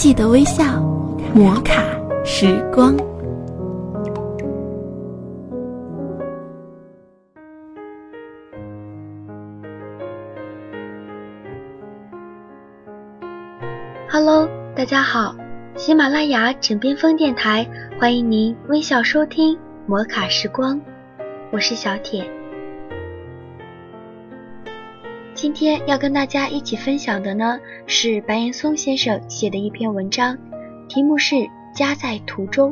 记得微笑，摩卡时光。 Hello， 大家好，喜马拉雅枕边风电台欢迎您微笑收听摩卡时光，我是小铁。今天要跟大家一起分享的呢，是白岩松先生写的一篇文章，题目是《家在途中》。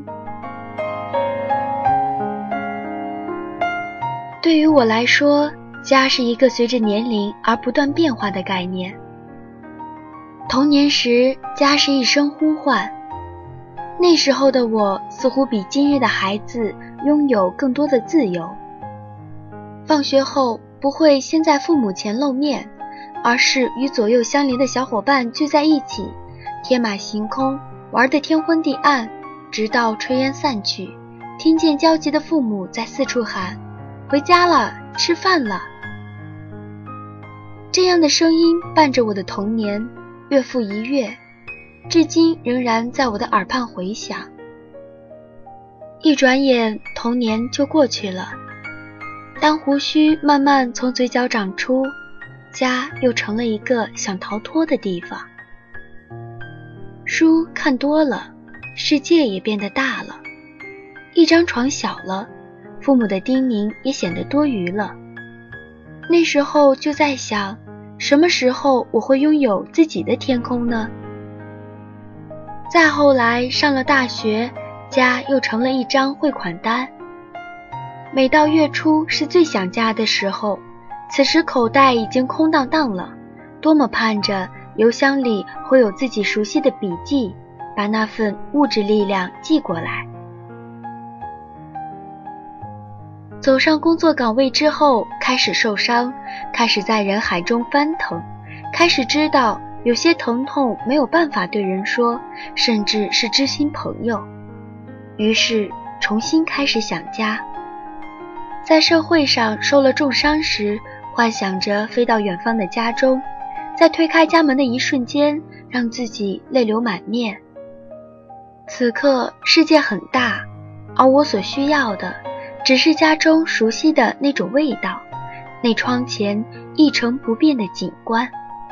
对于我来说，家是一个随着年龄而不断变化的概念。童年时，家是一声呼唤，那时候的我似乎比今日的孩子拥有更多的自由。放学后不会先在父母前露面，而是与左右相邻的小伙伴聚在一起，天马行空，玩得天昏地暗，直到炊烟散去，听见焦急的父母在四处喊：“回家了，吃饭了。”这样的声音伴着我的童年，月复一月，至今仍然在我的耳畔回响。一转眼，童年就过去了。当胡须慢慢从嘴角长出，家又成了一个想逃脱的地方。书看多了，世界也变得大了，一张床小了，父母的叮咛也显得多余了。那时候就在想，什么时候我会拥有自己的天空呢？再后来上了大学，家又成了一张汇款单。每到月初是最想家的时候，此时口袋已经空荡荡了，多么盼着邮箱里会有自己熟悉的笔记，把那份物质力量寄过来。走上工作岗位之后，开始受伤，开始在人海中翻腾，开始知道有些疼痛没有办法对人说，甚至是知心朋友。于是重新开始想家。在社会上受了重伤时，幻想着飞到远方的家中，在推开家门的一瞬间，让自己泪流满面。此刻世界很大，而我所需要的只是家中熟悉的那种味道，那窗前一成不变的景观。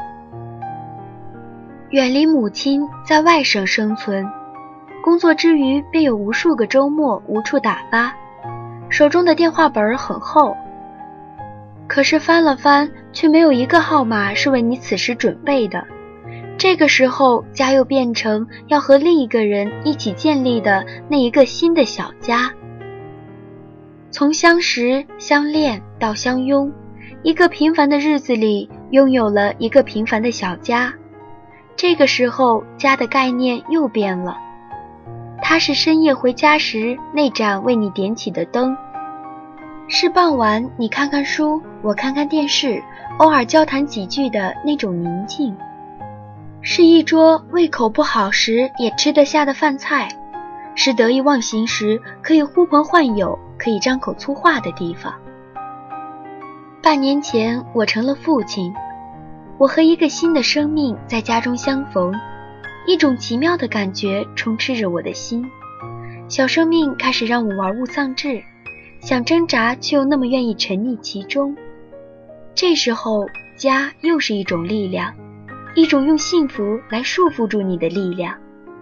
远离母亲，在外省生存，工作之余便有无数个周末无处打发，手中的电话本很厚，可是翻了翻，却没有一个号码是为你此时准备的。这个时候，家又变成要和另一个人一起建立的那一个新的小家。从相识、相恋到相拥，一个平凡的日子里，拥有了一个平凡的小家。这个时候，家的概念又变了。它是深夜回家时那盏为你点起的灯，是傍晚你看看书，我看看电视，偶尔交谈几句的那种宁静，是一桌胃口不好时也吃得下的饭菜，是得意忘形时可以呼朋唤友，可以张口粗话的地方。半年前我成了父亲，我和一个新的生命在家中相逢，一种奇妙的感觉充斥着我的心。小生命开始让我玩物丧志，想挣扎却又那么愿意沉溺其中。这时候，家又是一种力量，一种用幸福来束缚住你的力量。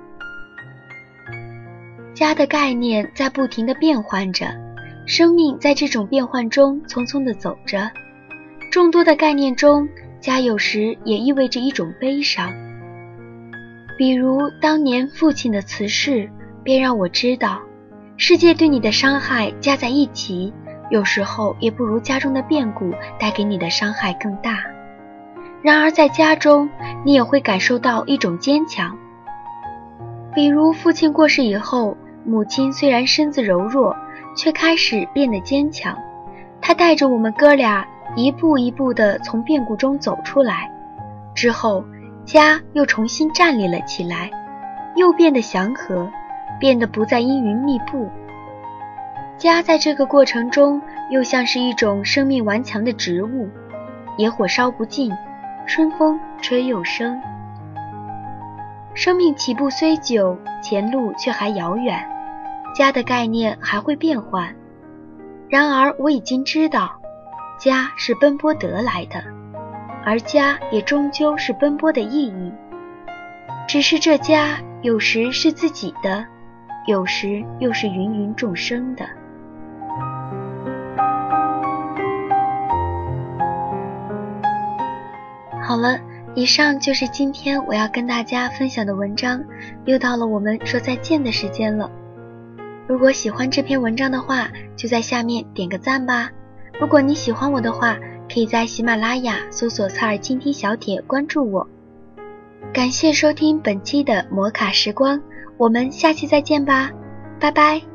家的概念在不停地变换着，生命在这种变换中匆匆地走着。众多的概念中，家有时也意味着一种悲伤。比如当年父亲的辞世，便让我知道，世界对你的伤害加在一起，有时候也不如家中的变故带给你的伤害更大。然而在家中，你也会感受到一种坚强。比如父亲过世以后，母亲虽然身子柔弱，却开始变得坚强。她带着我们哥俩一步一步地从变故中走出来。之后，家又重新站立了起来，又变得祥和，变得不再阴云密布。家在这个过程中又像是一种生命顽强的植物，野火烧不尽，春风吹又生。 生命起步虽久，前路却还遥远，家的概念还会变换。然而我已经知道，家是奔波得来的，而家也终究是奔波的意义。只是这家有时是自己的，有时又是芸芸众生的。好了，以上就是今天我要跟大家分享的文章，又到了我们说再见的时间了。如果喜欢这篇文章的话，就在下面点个赞吧。如果你喜欢我的话，可以在喜马拉雅搜索侧耳倾听小帖关注我。感谢收听本期的摩卡时光，我们下期再见吧，拜拜。